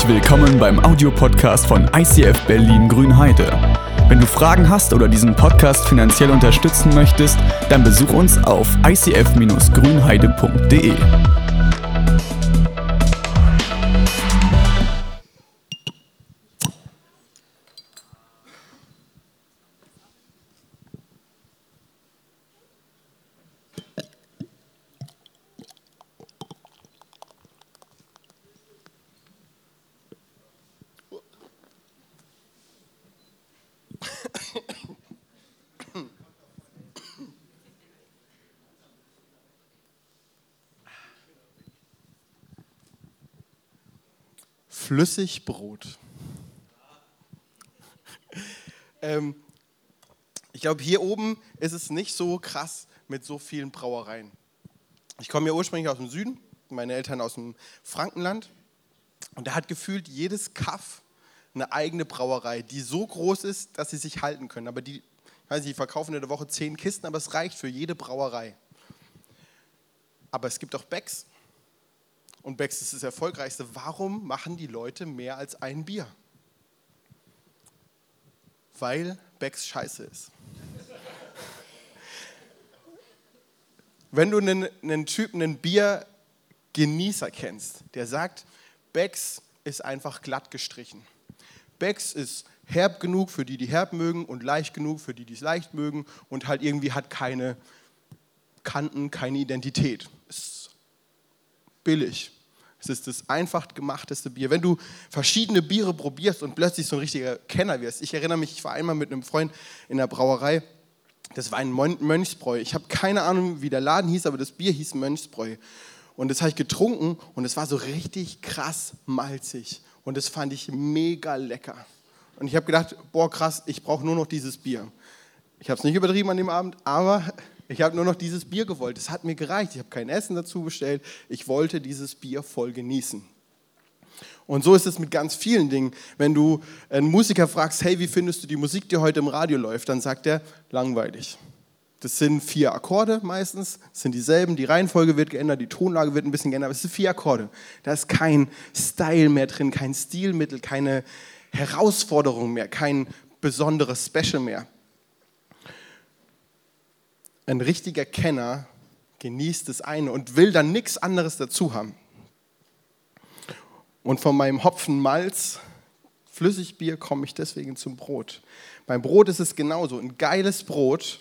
Herzlich willkommen beim Audiopodcast von ICF Berlin Grünheide. Wenn du Fragen hast oder diesen Podcast finanziell unterstützen möchtest, dann besuch uns auf icf-grünheide.de. Flüssigbrot. Ich glaube, hier oben ist es nicht so krass mit so vielen Brauereien. Ich komme ja ursprünglich aus dem Süden, meine Eltern aus dem Frankenland. Und da hat gefühlt jedes Kaff eine eigene Brauerei, die so groß ist, dass sie sich halten können. Aber die verkaufen in der Woche 10 Kisten, aber es reicht für jede Brauerei. Aber es gibt auch Becks. Und Becks ist das erfolgreichste. Warum machen die Leute mehr als ein Bier? Weil Becks scheiße ist. Wenn du einen Typen, einen Biergenießer kennst, der sagt, Becks ist einfach glatt gestrichen. Becks ist herb genug für die, die herb mögen und leicht genug für die, die es leicht mögen und halt irgendwie hat keine Kanten, keine Identität. Ist billig. Es ist das einfach gemachteste Bier. Wenn du verschiedene Biere probierst und plötzlich so ein richtiger Kenner wirst. Ich erinnere mich, ich war einmal mit einem Freund in der Brauerei. Das war ein Mönchsbräu. Ich habe keine Ahnung, wie der Laden hieß, aber das Bier hieß Mönchsbräu. Und das habe ich getrunken und es war so richtig krass malzig. Und das fand ich mega lecker. Und ich habe gedacht, boah krass, ich brauche nur noch dieses Bier. Ich habe es nicht übertrieben an dem Abend, aber ich habe nur noch dieses Bier gewollt. Es hat mir gereicht. Ich habe kein Essen dazu bestellt. Ich wollte dieses Bier voll genießen. Und so ist es mit ganz vielen Dingen. Wenn du einen Musiker fragst, hey, wie findest du die Musik, die heute im Radio läuft, dann sagt er, langweilig. Das sind 4 Akkorde meistens, das sind dieselben, die Reihenfolge wird geändert, die Tonlage wird ein bisschen geändert, aber es sind 4 Akkorde. Da ist kein Style mehr drin, kein Stilmittel, keine Herausforderung mehr, kein besonderes Special mehr. Ein richtiger Kenner genießt das eine und will dann nichts anderes dazu haben. Und von meinem Hopfenmalz, Flüssigbier, komme ich deswegen zum Brot. Beim Brot ist es genauso. Ein geiles Brot.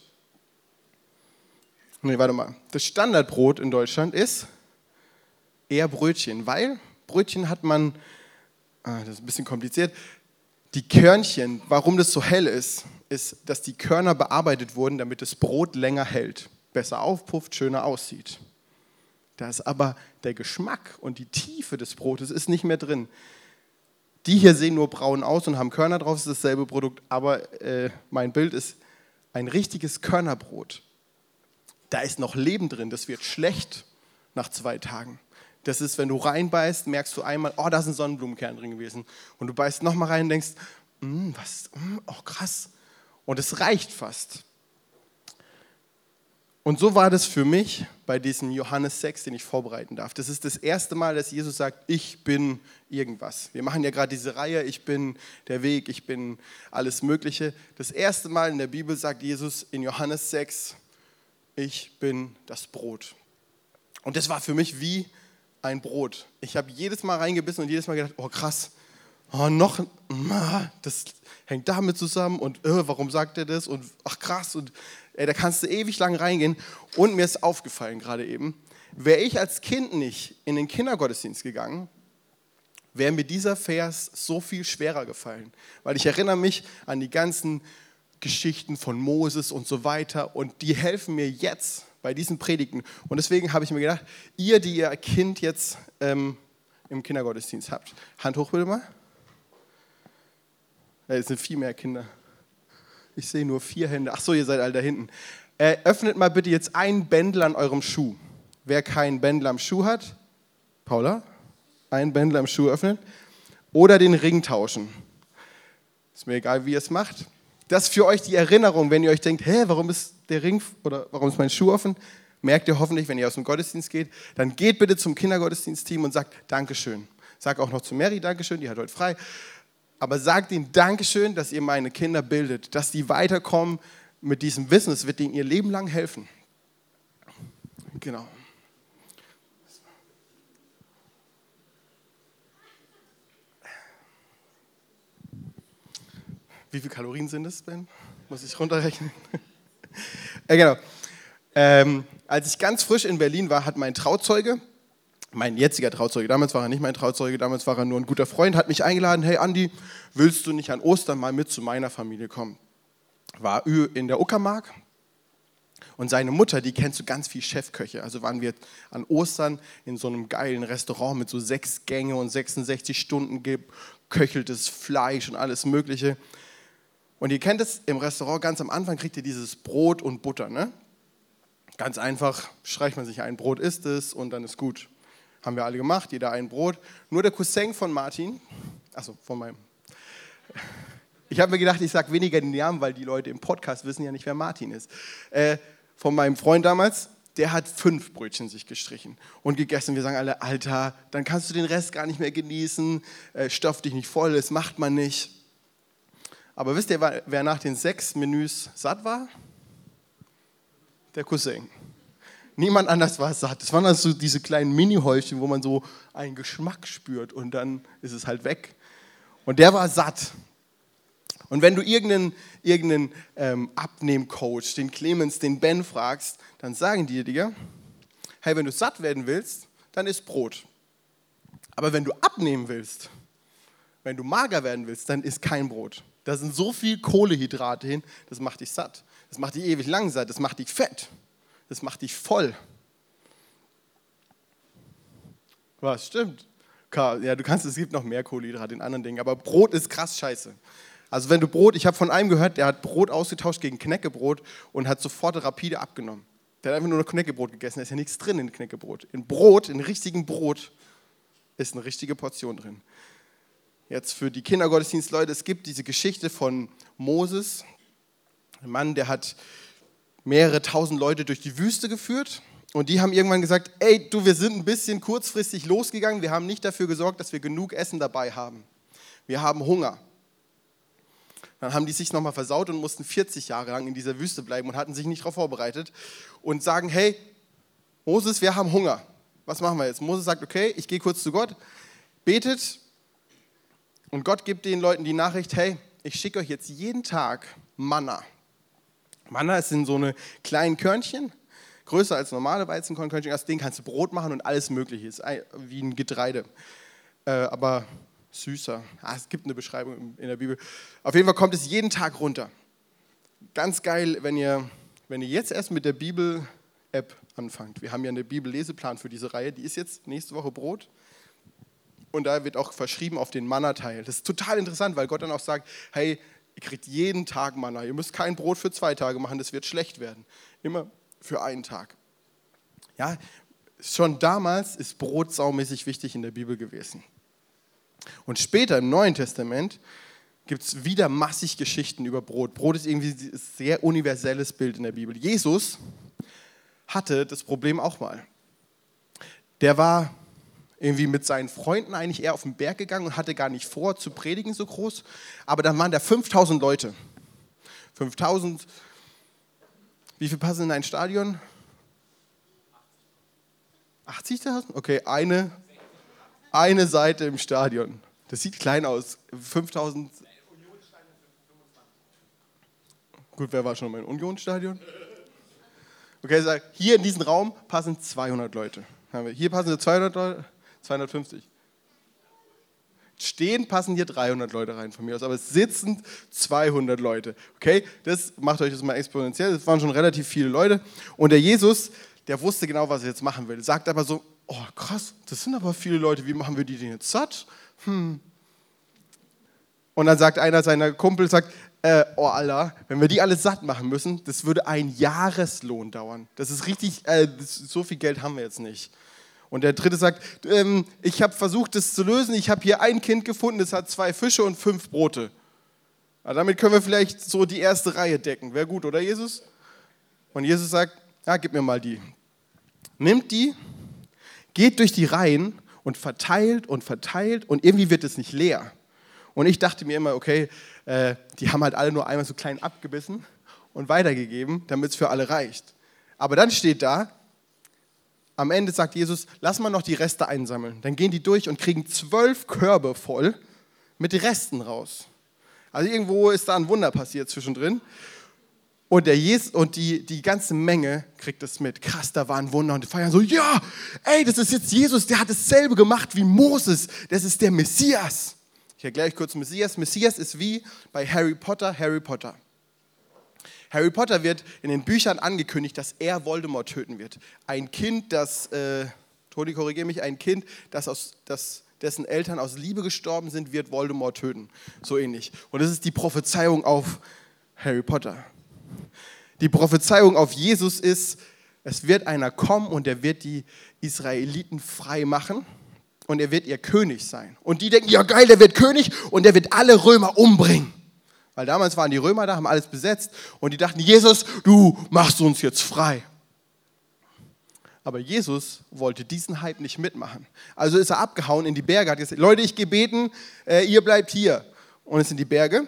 Das Standardbrot in Deutschland ist eher Brötchen, weil Brötchen hat man, das ist ein bisschen kompliziert, die Körnchen, warum das so hell ist, dass die Körner bearbeitet wurden, damit das Brot länger hält, besser aufpufft, schöner aussieht. Da ist aber der Geschmack und die Tiefe des Brotes ist nicht mehr drin. Die hier sehen nur braun aus und haben Körner drauf, das ist dasselbe Produkt, aber mein Bild ist ein richtiges Körnerbrot. Da ist noch Leben drin, das wird schlecht nach 2 Tagen. Das ist, wenn du reinbeißt, merkst du einmal, oh, da ist ein Sonnenblumenkern drin gewesen. Und du beißt nochmal rein und denkst, oh krass. Und es reicht fast. Und so war das für mich bei diesem Johannes 6, den ich vorbereiten darf. Das ist das erste Mal, dass Jesus sagt, ich bin irgendwas. Wir machen ja gerade diese Reihe, ich bin der Weg, ich bin alles Mögliche. Das erste Mal in der Bibel sagt Jesus in Johannes 6, ich bin das Brot. Und das war für mich wie ein Brot. Ich habe jedes Mal reingebissen und jedes Mal gedacht, oh krass, das hängt damit zusammen und warum sagt er das und ach krass und da kannst du ewig lang reingehen. Und mir ist aufgefallen gerade eben, wäre ich als Kind nicht in den Kindergottesdienst gegangen, wäre mir dieser Vers so viel schwerer gefallen. Weil ich erinnere mich an die ganzen Geschichten von Moses und so weiter und die helfen mir jetzt bei diesen Predigten. Und deswegen habe ich mir gedacht, ihr, die ihr Kind jetzt im Kindergottesdienst habt, Hand hoch bitte mal. Es sind viel mehr Kinder. Ich sehe nur 4 Hände. Ach so, ihr seid alle da hinten. Öffnet mal bitte jetzt ein Bändel an eurem Schuh. Wer keinen Bändel am Schuh hat, Paula, ein Bändel am Schuh öffnen. Oder den Ring tauschen. Ist mir egal, wie ihr es macht. Das ist für euch die Erinnerung, wenn ihr euch denkt, warum ist der Ring oder warum ist mein Schuh offen? merkt ihr hoffentlich, wenn ihr aus dem Gottesdienst geht, dann geht bitte zum Kindergottesdienstteam und sagt Dankeschön. Sag auch noch zu Mary Dankeschön, die hat heute frei. Aber sagt ihnen Dankeschön, dass ihr meine Kinder bildet, dass die weiterkommen mit diesem Wissen. Es wird ihnen ihr Leben lang helfen. Genau. Wie viele Kalorien sind es, Ben? Muss ich runterrechnen? Genau. Als ich ganz frisch in Berlin war, hat mein Trauzeuge, mein jetziger Trauzeuge, damals war er nicht mein Trauzeuge, damals war er nur ein guter Freund, hat mich eingeladen, hey Andi, willst du nicht an Ostern mal mit zu meiner Familie kommen? War in der Uckermark und seine Mutter, die kennt so ganz viel Chefköche. Also waren wir an Ostern in so einem geilen Restaurant mit so 6 Gänge und 66 Stunden geköcheltes Fleisch und alles Mögliche. Und ihr kennt es, im Restaurant ganz am Anfang kriegt ihr dieses Brot und Butter, ne? Ganz einfach, streicht man sich ein, Brot isst es und dann ist gut. Haben wir alle gemacht, jeder ein Brot. Nur der Cousin von Martin, also von meinem, ich habe mir gedacht, ich sage weniger den Namen, weil die Leute im Podcast wissen ja nicht, wer Martin ist. Von meinem Freund damals, der hat 5 Brötchen sich gestrichen und gegessen. Wir sagen alle, Alter, dann kannst du den Rest gar nicht mehr genießen, stopf dich nicht voll, das macht man nicht. Aber wisst ihr, wer nach den 6 Menüs satt war? Der Cousin. Niemand anders war satt. Das waren also diese kleinen Mini-Häufchen, wo man so einen Geschmack spürt und dann ist es halt weg. Und der war satt. Und wenn du irgendeinen Abnehmcoach, den Clemens, den Ben fragst, dann sagen die dir, hey, wenn du satt werden willst, dann isst Brot. Aber wenn du abnehmen willst, wenn du mager werden willst, dann isst kein Brot. Da sind so viel Kohlenhydrate hin, das macht dich satt. Das macht dich ewig lang satt, das macht dich fett. Das macht dich voll. Was, stimmt? Ja, es gibt noch mehr Kohlenhydrate in anderen Dingen, aber Brot ist krass scheiße. Also wenn du Brot, ich habe von einem gehört, der hat Brot ausgetauscht gegen Knäckebrot und hat sofort rapide abgenommen. Der hat einfach nur noch Knäckebrot gegessen, da ist ja nichts drin in Knäckebrot. In Brot, in richtigem Brot, ist eine richtige Portion drin. Jetzt für die Kindergottesdienstleute, es gibt diese Geschichte von Moses, ein Mann, der hat mehrere tausend Leute durch die Wüste geführt und die haben irgendwann gesagt, ey, du, wir sind ein bisschen kurzfristig losgegangen, wir haben nicht dafür gesorgt, dass wir genug Essen dabei haben. Wir haben Hunger. Dann haben die sich nochmal versaut und mussten 40 Jahre lang in dieser Wüste bleiben und hatten sich nicht darauf vorbereitet und sagen, hey, Moses, wir haben Hunger. Was machen wir jetzt? Moses sagt, okay, ich gehe kurz zu Gott, betet und Gott gibt den Leuten die Nachricht, hey, ich schicke euch jetzt jeden Tag Manna. Manna sind so eine kleinen Körnchen, größer als normale Weizenkornkörnchen. Aus denen kannst du Brot machen und alles Mögliche. Ist wie ein Getreide, aber süßer. Es gibt eine Beschreibung in der Bibel. Auf jeden Fall kommt es jeden Tag runter. Ganz geil, wenn ihr jetzt erst mit der Bibel-App anfangt. Wir haben ja eine Bibel-Leseplan für diese Reihe. Die ist jetzt nächste Woche Brot. Und da wird auch verschrieben auf den Manna-Teil. Das ist total interessant, weil Gott dann auch sagt, hey, ihr kriegt jeden Tag Manna. Ihr müsst kein Brot für 2 Tage machen, das wird schlecht werden. Immer für einen Tag. Ja, schon damals ist Brot saumäßig wichtig in der Bibel gewesen. Und später im Neuen Testament gibt es wieder massig Geschichten über Brot. Brot ist irgendwie ein sehr universelles Bild in der Bibel. Jesus hatte das Problem auch mal. Der war irgendwie mit seinen Freunden eigentlich eher auf den Berg gegangen und hatte gar nicht vor zu predigen so groß. Aber dann waren da 5.000 Leute. 5.000, wie viel passen in ein Stadion? 80.000? Okay, eine Seite im Stadion. Das sieht klein aus. 5.000. Gut, wer war schon mal im Unionsstadion? Okay, sag, hier in diesen Raum passen 200 Leute. Hier passen 200 Leute. 250. Stehen passen hier 300 Leute rein von mir aus, aber sitzend 200 Leute. Okay, das macht euch das mal exponentiell. Das waren schon relativ viele Leute. Und der Jesus, der wusste genau, was er jetzt machen will. Sagt aber so, oh krass, das sind aber viele Leute, wie machen wir die denn jetzt satt? Und dann sagt einer seiner Kumpel, oh Allah, wenn wir die alle satt machen müssen, das würde ein Jahreslohn dauern. Das ist richtig, so viel Geld haben wir jetzt nicht. Und der dritte sagt, ich habe versucht, das zu lösen. Ich habe hier ein Kind gefunden, das hat 2 Fische und 5 Brote. Aber damit können wir vielleicht so die erste Reihe decken. Wäre gut, oder Jesus? Und Jesus sagt, ja, gib mir mal die. Nimmt die, geht durch die Reihen und verteilt und verteilt und irgendwie wird es nicht leer. Und ich dachte mir immer, okay, die haben halt alle nur einmal so klein abgebissen und weitergegeben, damit es für alle reicht. Aber dann steht da, am Ende sagt Jesus, lass mal noch die Reste einsammeln. Dann gehen die durch und kriegen 12 Körbe voll mit Resten raus. Also irgendwo ist da ein Wunder passiert zwischendrin. Und die ganze Menge kriegt es mit. Krass, da war ein Wunder. Und die feiern so, ja, ey, das ist jetzt Jesus, der hat dasselbe gemacht wie Moses. Das ist der Messias. Ich erkläre euch kurz Messias. Messias ist wie bei Harry Potter. Harry Potter wird in den Büchern angekündigt, dass er Voldemort töten wird. Ein Kind, Toni, korrigiere mich, ein Kind, dessen Eltern aus Liebe gestorben sind, wird Voldemort töten. So ähnlich. Und das ist die Prophezeiung auf Harry Potter. Die Prophezeiung auf Jesus ist, es wird einer kommen und er wird die Israeliten frei machen und er wird ihr König sein. Und die denken, ja geil, der wird König und der wird alle Römer umbringen. Weil damals waren die Römer da, haben alles besetzt und die dachten, Jesus, du machst uns jetzt frei. Aber Jesus wollte diesen Hype nicht mitmachen. Also ist er abgehauen in die Berge, hat gesagt, Leute, ich gehe beten, ihr bleibt hier. Und es sind die Berge.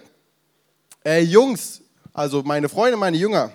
Jungs, also meine Freunde, meine Jünger,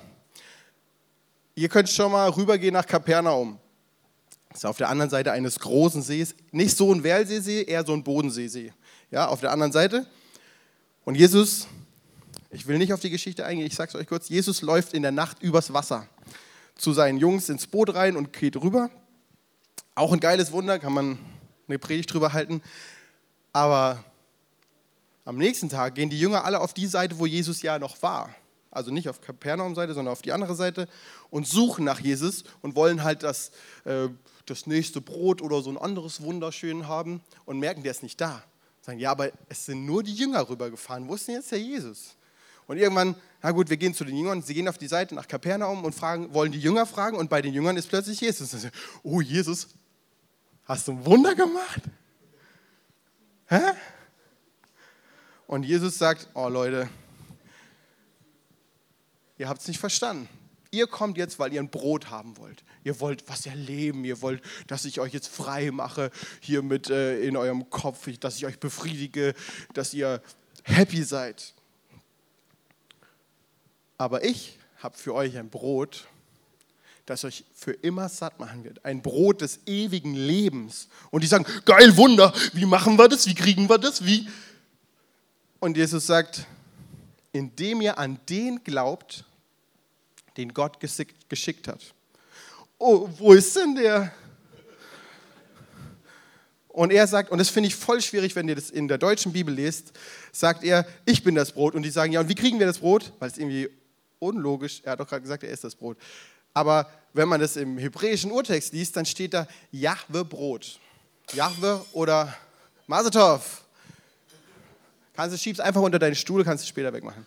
ihr könnt schon mal rübergehen nach Kapernaum. Das ist auf der anderen Seite eines großen Sees. Nicht so ein Wellseesee, eher so ein Bodenseesee. Ja, auf der anderen Seite. Und Jesus, ich will nicht auf die Geschichte eingehen, ich sage es euch kurz, Jesus läuft in der Nacht übers Wasser zu seinen Jungs ins Boot rein und geht rüber. Auch ein geiles Wunder, kann man eine Predigt drüber halten. Aber am nächsten Tag gehen die Jünger alle auf die Seite, wo Jesus ja noch war. Also nicht auf Kapernaum-Seite, sondern auf die andere Seite und suchen nach Jesus und wollen halt das nächste Brot oder so ein anderes Wunderschön haben und merken, der ist nicht da. Sagen, ja, aber es sind nur die Jünger rübergefahren. Wo ist denn jetzt der Jesus? Und irgendwann, na gut, wir gehen zu den Jüngern, sie gehen auf die Seite nach Kapernaum und wollen die Jünger fragen und bei den Jüngern ist plötzlich Jesus. Und sie sagen, oh Jesus, hast du ein Wunder gemacht? Hä? Und Jesus sagt, oh Leute, ihr habt es nicht verstanden. Ihr kommt jetzt, weil ihr ein Brot haben wollt. Ihr wollt was erleben, ihr wollt, dass ich euch jetzt frei mache, hier mit in eurem Kopf, dass ich euch befriedige, dass ihr happy seid. Aber ich habe für euch ein Brot, das euch für immer satt machen wird. Ein Brot des ewigen Lebens. Und die sagen, geil, Wunder, wie machen wir das, wie kriegen wir das, wie? Und Jesus sagt, indem ihr an den glaubt, den Gott geschickt hat. Oh, wo ist denn der? Und er sagt, und das finde ich voll schwierig, wenn ihr das in der deutschen Bibel lest, sagt er, ich bin das Brot. Und die sagen, ja, und wie kriegen wir das Brot? Weil es irgendwie unlogisch, er hat doch gerade gesagt, er ist das Brot. Aber wenn man das im hebräischen Urtext liest, dann steht da Jahwe Brot. Jahwe oder Mazel Tov. Schieb's einfach unter deinen Stuhl, kannst du später wegmachen.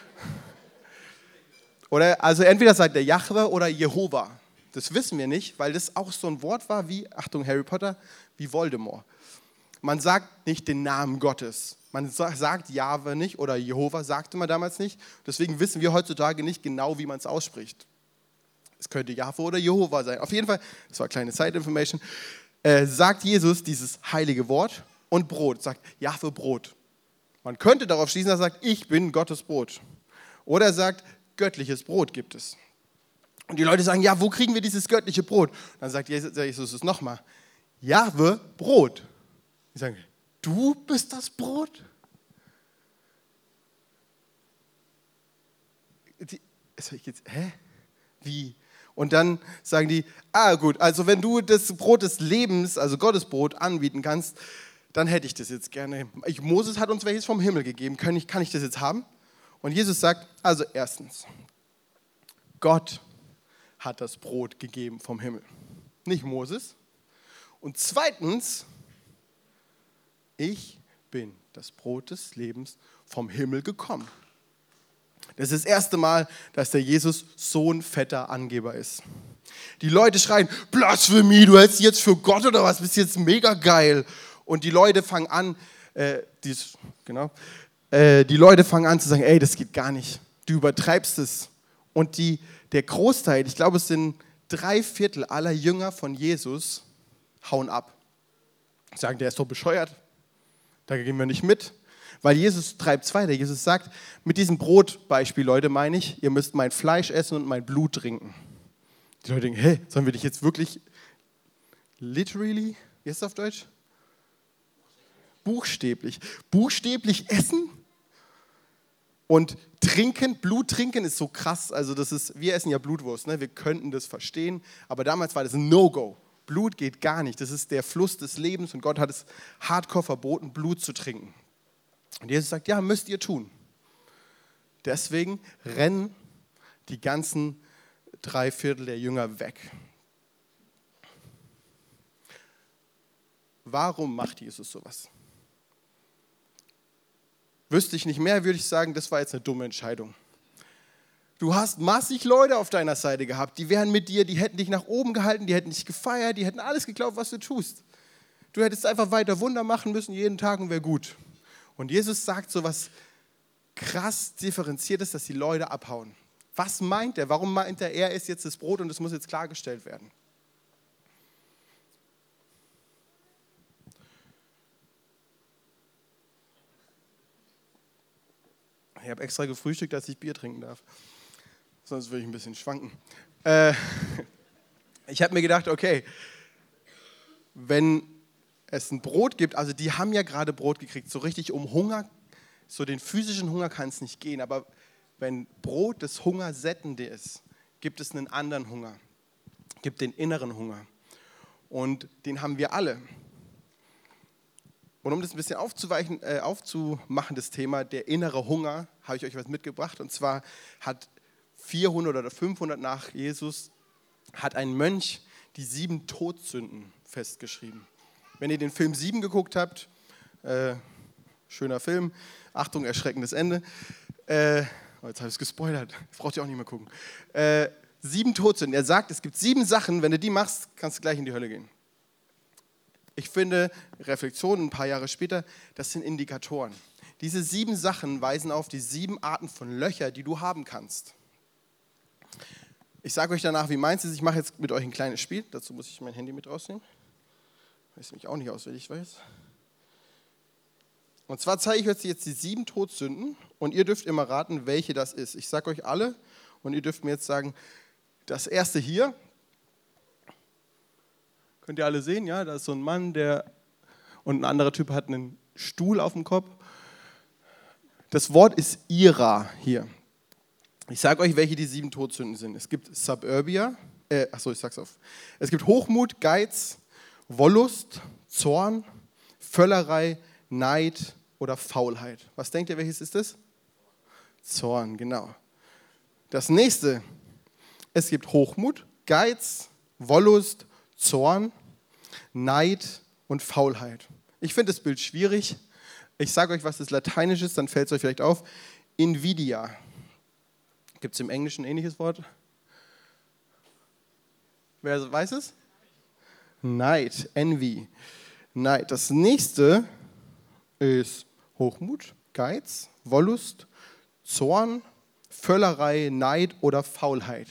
Oder, also entweder sagt er Jahwe oder Jehova. Das wissen wir nicht, weil das auch so ein Wort war wie, Achtung, Harry Potter, wie Voldemort. Man sagt nicht den Namen Gottes. Man sagt Jahwe nicht oder Jehova sagte man damals nicht. Deswegen wissen wir heutzutage nicht genau, wie man es ausspricht. Es könnte Jahwe oder Jehova sein. Auf jeden Fall, das war kleine Side-Information, sagt Jesus dieses heilige Wort und Brot. Sagt Jahwe Brot. Man könnte darauf schließen, dass er sagt, ich bin Gottes Brot. Oder er sagt, göttliches Brot gibt es. Und die Leute sagen, ja, wo kriegen wir dieses göttliche Brot? Und dann sagt Jesus es nochmal, Jahwe Brot. Die sagen, du bist das Brot? Hä? Wie? Und dann sagen die, gut, also wenn du das Brot des Lebens, also Gottes Brot, anbieten kannst, dann hätte ich das jetzt gerne. Moses hat uns welches vom Himmel gegeben, kann ich das jetzt haben? Und Jesus sagt, also erstens, Gott hat das Brot gegeben vom Himmel, nicht Moses. Und zweitens, ich bin das Brot des Lebens vom Himmel gekommen. Das ist das erste Mal, dass der Jesus so ein fetter Angeber ist. Die Leute schreien, Blasphemie, du hältst dich jetzt für Gott oder was, bist jetzt mega geil. Und die Leute fangen an, die Leute fangen an zu sagen, ey, das geht gar nicht, du übertreibst es. Und der Großteil, ich glaube, es sind 3/4 aller Jünger von Jesus, hauen ab. sagen, der ist doch bescheuert, da gehen wir nicht mit. Weil Jesus treibt es weiter. Jesus sagt, mit diesem Brotbeispiel, Leute, meine ich, ihr müsst mein Fleisch essen und mein Blut trinken. Die Leute denken, hey, sollen wir dich jetzt wirklich literally, wie ist das auf Deutsch? Buchstäblich essen? Und trinken, Blut trinken ist so krass, also wir essen ja Blutwurst, ne? Wir könnten das verstehen, aber damals war das ein No-Go. Blut geht gar nicht, das ist der Fluss des Lebens und Gott hat es hardcore verboten, Blut zu trinken. Und Jesus sagt, ja, müsst ihr tun. Deswegen rennen die ganzen 3/4 der Jünger weg. Warum macht Jesus sowas? Wüsste ich nicht mehr, würde ich sagen, das war jetzt eine dumme Entscheidung. Du hast massig Leute auf deiner Seite gehabt, die wären mit dir, die hätten dich nach oben gehalten, die hätten dich gefeiert, die hätten alles geglaubt, was du tust. Du hättest einfach weiter Wunder machen müssen, jeden Tag und wäre gut. Und Jesus sagt so was krass Differenziertes, dass die Leute abhauen. Was meint er? Warum meint er ist jetzt das Brot und es muss jetzt klargestellt werden? Ich habe extra gefrühstückt, dass ich Bier trinken darf. Sonst würde ich ein bisschen schwanken. Ich habe mir gedacht, okay, wenn es ein Brot gibt, also die haben ja gerade Brot gekriegt, so richtig um Hunger, so den physischen Hunger kann es nicht gehen, aber wenn Brot das Hungersättende ist, gibt es einen anderen Hunger, gibt den inneren Hunger und den haben wir alle. Und um das ein bisschen aufzumachen, das Thema, der innere Hunger, habe ich euch was mitgebracht. Und zwar hat 400 oder 500 nach Jesus, hat ein Mönch die 7 Todsünden festgeschrieben. Wenn ihr den Film 7 geguckt habt, schöner Film, Achtung, erschreckendes Ende. Jetzt habe ich es gespoilert, das braucht ihr auch nicht mehr gucken. 7 Todsünden. Er sagt, es gibt 7 Sachen, wenn du die machst, kannst du gleich in die Hölle gehen. Ich finde, Reflexionen ein paar Jahre später, das sind Indikatoren. Diese 7 Sachen weisen auf die 7 Arten von Löcher, die du haben kannst. Ich sage euch danach, wie meins ist. Ich mache jetzt mit euch ein kleines Spiel. Dazu muss ich mein Handy mit rausnehmen, weil ich es mich auch nicht auswendig weiß. Und zwar zeige ich euch jetzt die 7 Todsünden und ihr dürft immer raten, welche das ist. Ich sage euch alle und ihr dürft mir jetzt sagen, das erste hier, könnt ihr alle sehen, ja, da ist so ein Mann, und ein anderer Typ hat einen Stuhl auf dem Kopf. Das Wort ist Ira hier. Ich sage euch, welche die 7 Todsünden sind. Es gibt Es gibt Hochmut, Geiz, Wollust, Zorn, Völlerei, Neid oder Faulheit. Was denkt ihr, welches ist das? Zorn, genau. Das nächste, es gibt Hochmut, Geiz, Wollust, Zorn, Neid und Faulheit. Ich finde das Bild schwierig. Ich sage euch, was das Lateinisch ist, dann fällt es euch vielleicht auf. Invidia. Gibt es im Englischen ein ähnliches Wort? Wer weiß es? Neid, Envy. Neid. Das nächste ist Hochmut, Geiz, Wollust, Zorn, Völlerei, Neid oder Faulheit.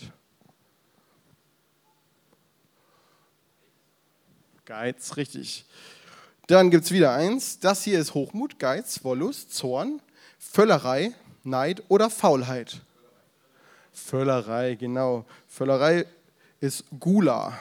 Geiz, richtig. Dann gibt es wieder eins. Das hier ist Hochmut, Geiz, Wollust, Zorn, Völlerei, Neid oder Faulheit. Völlerei, genau. Völlerei ist Gula.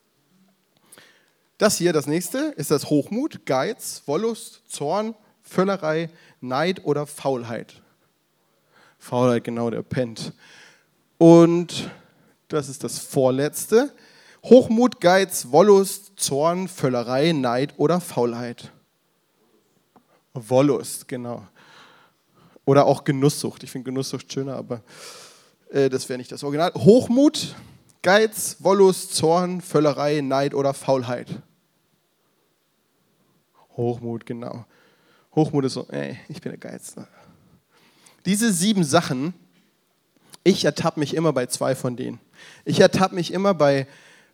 Das hier, das nächste, ist das Hochmut, Geiz, Wollust, Zorn, Völlerei, Neid oder Faulheit. Faulheit, genau, der pennt. Und das ist das vorletzte. Hochmut, Geiz, Wollust, Zorn, Völlerei, Neid oder Faulheit. Wollust, genau. Oder auch Genusssucht. Ich finde Genusssucht schöner, aber das wäre nicht das Original. Hochmut, Geiz, Wollust, Zorn, Völlerei, Neid oder Faulheit. Hochmut, genau. Hochmut ist so, ich bin der Geizler. Diese 7 Sachen, ich ertappe mich immer bei 2 von denen. Ich ertappe mich immer bei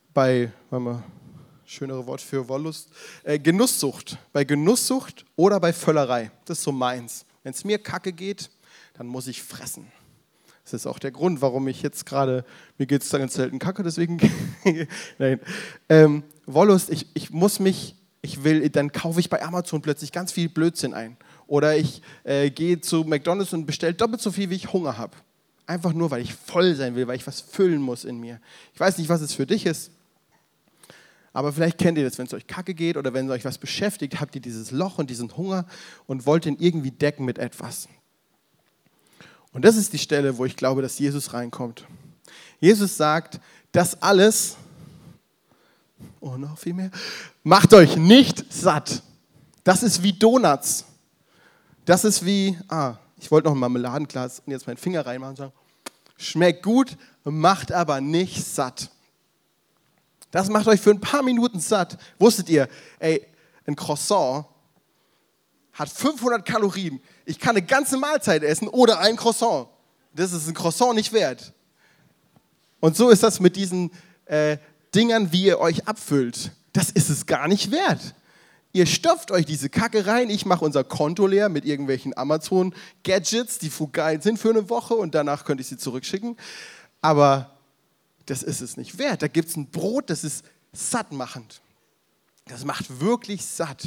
schönere Wort für Wollust, Genusssucht. Bei Genusssucht oder bei Völlerei. Das ist so meins. Wenn es mir kacke geht, dann muss ich fressen. Das ist auch der Grund, warum ich jetzt gerade, mir geht es dann ganz selten kacke, deswegen, nein. Wollust, ich muss mich dann kaufe ich bei Amazon plötzlich ganz viel Blödsinn ein. Oder ich gehe zu McDonald's und bestelle doppelt so viel, wie ich Hunger habe. Einfach nur, weil ich voll sein will, weil ich was füllen muss in mir. Ich weiß nicht, was es für dich ist. Aber vielleicht kennt ihr das, wenn es euch kacke geht oder wenn es euch was beschäftigt, habt ihr dieses Loch und diesen Hunger und wollt ihn irgendwie decken mit etwas. Und das ist die Stelle, wo ich glaube, dass Jesus reinkommt. Jesus sagt, das alles, oh noch viel mehr, macht euch nicht satt. Das ist wie Donuts. Das ist wie, ich wollte noch ein Marmeladenglas und jetzt meinen Finger reinmachen und sagen, schmeckt gut, macht aber nicht satt. Das macht euch für ein paar Minuten satt. Wusstet ihr, ein Croissant hat 500 Kalorien. Ich kann eine ganze Mahlzeit essen oder ein Croissant. Das ist ein Croissant nicht wert. Und so ist das mit diesen Dingern, wie ihr euch abfüllt. Das ist es gar nicht wert. Ihr stopft euch diese Kacke rein, ich mache unser Konto leer mit irgendwelchen Amazon-Gadgets, die geil sind für eine Woche und danach könnte ich sie zurückschicken. Aber das ist es nicht wert. Da gibt es ein Brot, das ist sattmachend. Das macht wirklich satt.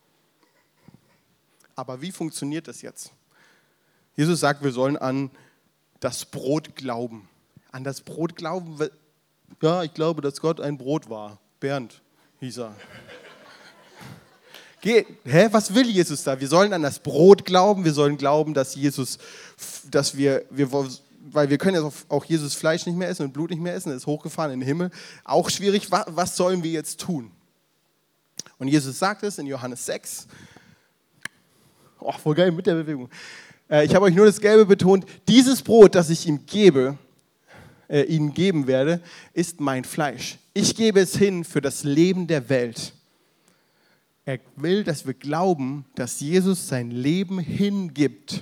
Aber wie funktioniert das jetzt? Jesus sagt, wir sollen an das Brot glauben. An das Brot glauben, ja, ich glaube, dass Gott ein Brot war. Bernd hieß er. Was will Jesus da? Wir sollen an das Brot glauben, wir sollen glauben, dass Jesus, weil wir können ja auch Jesus Fleisch nicht mehr essen und Blut nicht mehr essen, er ist hochgefahren in den Himmel. Auch schwierig, was sollen wir jetzt tun? Und Jesus sagt es in Johannes 6. Oh, voll geil mit der Bewegung. Ich habe euch nur das Gelbe betont. Dieses Brot, das ich ihnen geben werde, ist mein Fleisch. Ich gebe es hin für das Leben der Welt. Er will, dass wir glauben, dass Jesus sein Leben hingibt.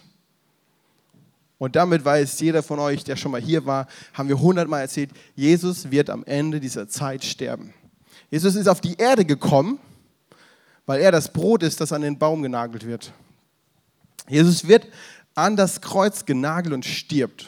Und damit weiß jeder von euch, der schon mal hier war, haben wir 100-mal erzählt, Jesus wird am Ende dieser Zeit sterben. Jesus ist auf die Erde gekommen, weil er das Brot ist, das an den Baum genagelt wird. Jesus wird an das Kreuz genagelt und stirbt.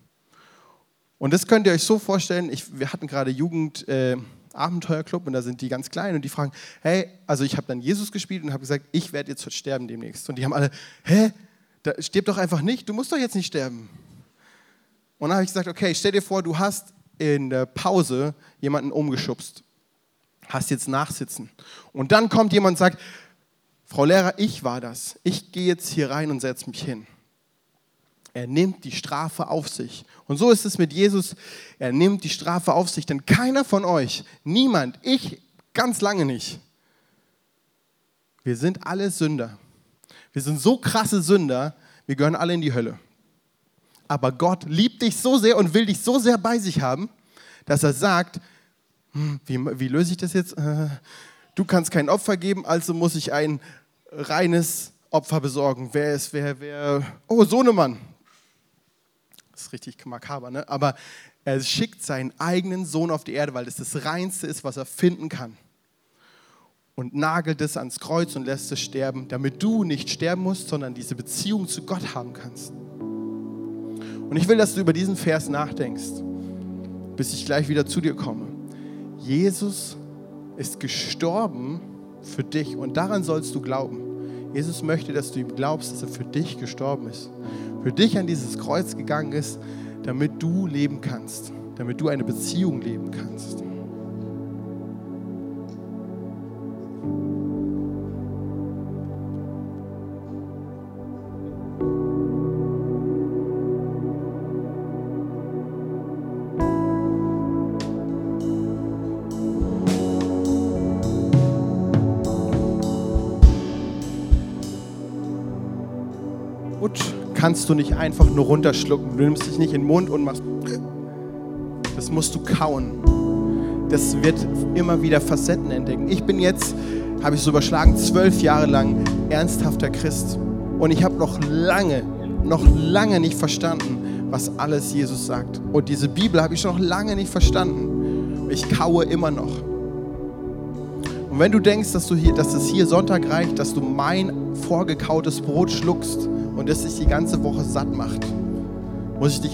Und das könnt ihr euch so vorstellen, wir hatten gerade Abenteuerclub und da sind die ganz klein und die fragen, also ich habe dann Jesus gespielt und habe gesagt, ich werde jetzt sterben demnächst. Und die haben alle, da stirb doch einfach nicht, du musst doch jetzt nicht sterben. Und dann habe ich gesagt, okay, stell dir vor, du hast in der Pause jemanden umgeschubst, hast jetzt Nachsitzen. Und dann kommt jemand und sagt, Frau Lehrer, ich war das. Ich gehe jetzt hier rein und setze mich hin. Er nimmt die Strafe auf sich. Und so ist es mit Jesus. Er nimmt die Strafe auf sich. Denn keiner von euch, niemand, ich ganz lange nicht. Wir sind alle Sünder. Wir sind so krasse Sünder, wir gehören alle in die Hölle. Aber Gott liebt dich so sehr und will dich so sehr bei sich haben, dass er sagt, wie löse ich das jetzt? Du kannst kein Opfer geben, also muss ich ein reines Opfer besorgen. Wer? Oh, Sohnemann. Das ist richtig makaber, ne? Aber er schickt seinen eigenen Sohn auf die Erde, weil das das Reinste ist, was er finden kann. Und nagelt es ans Kreuz und lässt es sterben, damit du nicht sterben musst, sondern diese Beziehung zu Gott haben kannst. Und ich will, dass du über diesen Vers nachdenkst, bis ich gleich wieder zu dir komme. Jesus ist gestorben für dich und daran sollst du glauben. Jesus möchte, dass du ihm glaubst, dass er für dich gestorben ist. Für dich an dieses Kreuz gegangen ist, damit du leben kannst, damit du eine Beziehung leben kannst. Kannst du nicht einfach nur runterschlucken. Du nimmst dich nicht in den Mund und machst. Das musst du kauen. Das wird immer wieder Facetten entdecken. Ich bin jetzt, habe ich so überschlagen, 12 Jahre lang ernsthafter Christ. Und ich habe noch lange nicht verstanden, was alles Jesus sagt. Und diese Bibel habe ich noch lange nicht verstanden. Ich kaue immer noch. Und wenn du denkst, dass es hier Sonntag reicht, dass du mein vorgekautes Brot schluckst, und das dich die ganze Woche satt macht, muss ich dich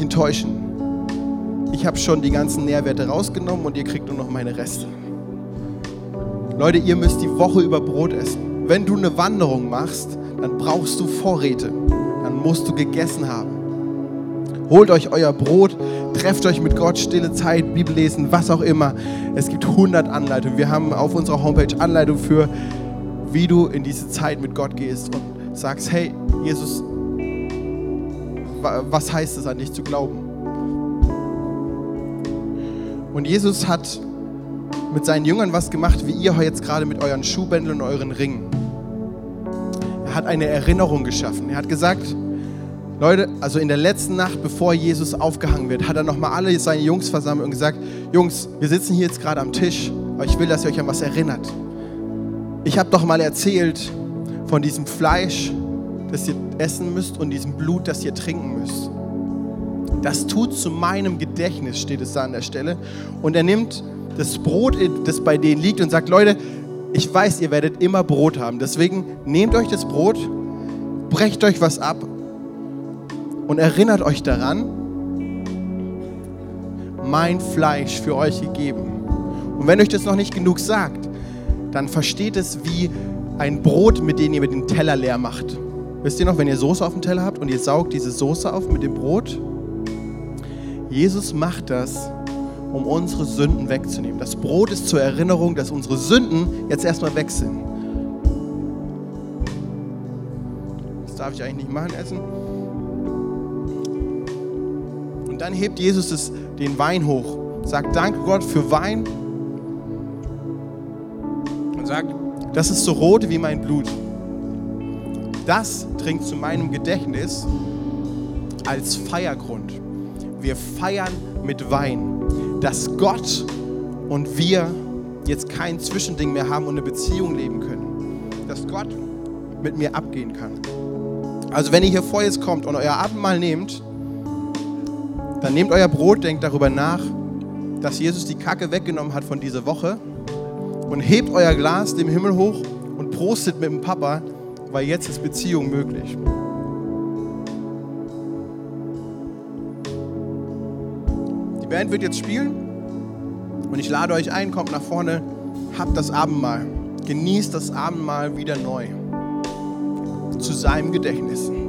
enttäuschen. Ich habe schon die ganzen Nährwerte rausgenommen und ihr kriegt nur noch meine Reste. Leute, ihr müsst die Woche über Brot essen. Wenn du eine Wanderung machst, dann brauchst du Vorräte. Dann musst du gegessen haben. Holt euch euer Brot, trefft euch mit Gott, stille Zeit, Bibel lesen, was auch immer. Es gibt 100 Anleitungen. Wir haben auf unserer Homepage Anleitungen für, wie du in diese Zeit mit Gott gehst und sagst, hey, Jesus, was heißt es, an dich zu glauben? Und Jesus hat mit seinen Jüngern was gemacht, wie ihr jetzt gerade mit euren Schuhbändeln und euren Ringen. Er hat eine Erinnerung geschaffen. Er hat gesagt, Leute, also in der letzten Nacht, bevor Jesus aufgehangen wird, hat er nochmal alle seine Jungs versammelt und gesagt, Jungs, wir sitzen hier jetzt gerade am Tisch, aber ich will, dass ihr euch an was erinnert. Ich habe doch mal erzählt von diesem Fleisch, das ihr essen müsst und diesem Blut, das ihr trinken müsst. Das tut zu meinem Gedächtnis, steht es da an der Stelle. Und er nimmt das Brot, das bei denen liegt und sagt, Leute, ich weiß, ihr werdet immer Brot haben. Deswegen nehmt euch das Brot, brecht euch was ab und erinnert euch daran, mein Fleisch für euch gegeben. Und wenn euch das noch nicht genug sagt, dann versteht es wie ein Brot, mit dem ihr den Teller leer macht. Wisst ihr noch, wenn ihr Soße auf dem Teller habt und ihr saugt diese Soße auf mit dem Brot? Jesus macht das, um unsere Sünden wegzunehmen. Das Brot ist zur Erinnerung, dass unsere Sünden jetzt erstmal weg sind. Das darf ich eigentlich nicht machen, essen. Und dann hebt Jesus den Wein hoch, sagt Danke Gott für Wein und sagt, das ist so rot wie mein Blut. Das trinkt zu meinem Gedächtnis als Feiergrund. Wir feiern mit Wein, dass Gott und wir jetzt kein Zwischending mehr haben und eine Beziehung leben können. Dass Gott mit mir abgehen kann. Also wenn ihr hier vor jetzt kommt und euer Abendmahl nehmt, dann nehmt euer Brot, denkt darüber nach, dass Jesus die Kacke weggenommen hat von dieser Woche und hebt euer Glas dem Himmel hoch und prostet mit dem Papa, weil jetzt ist Beziehung möglich. Die Band wird jetzt spielen und ich lade euch ein, kommt nach vorne, habt das Abendmahl, genießt das Abendmahl wieder neu zu seinem Gedächtnis.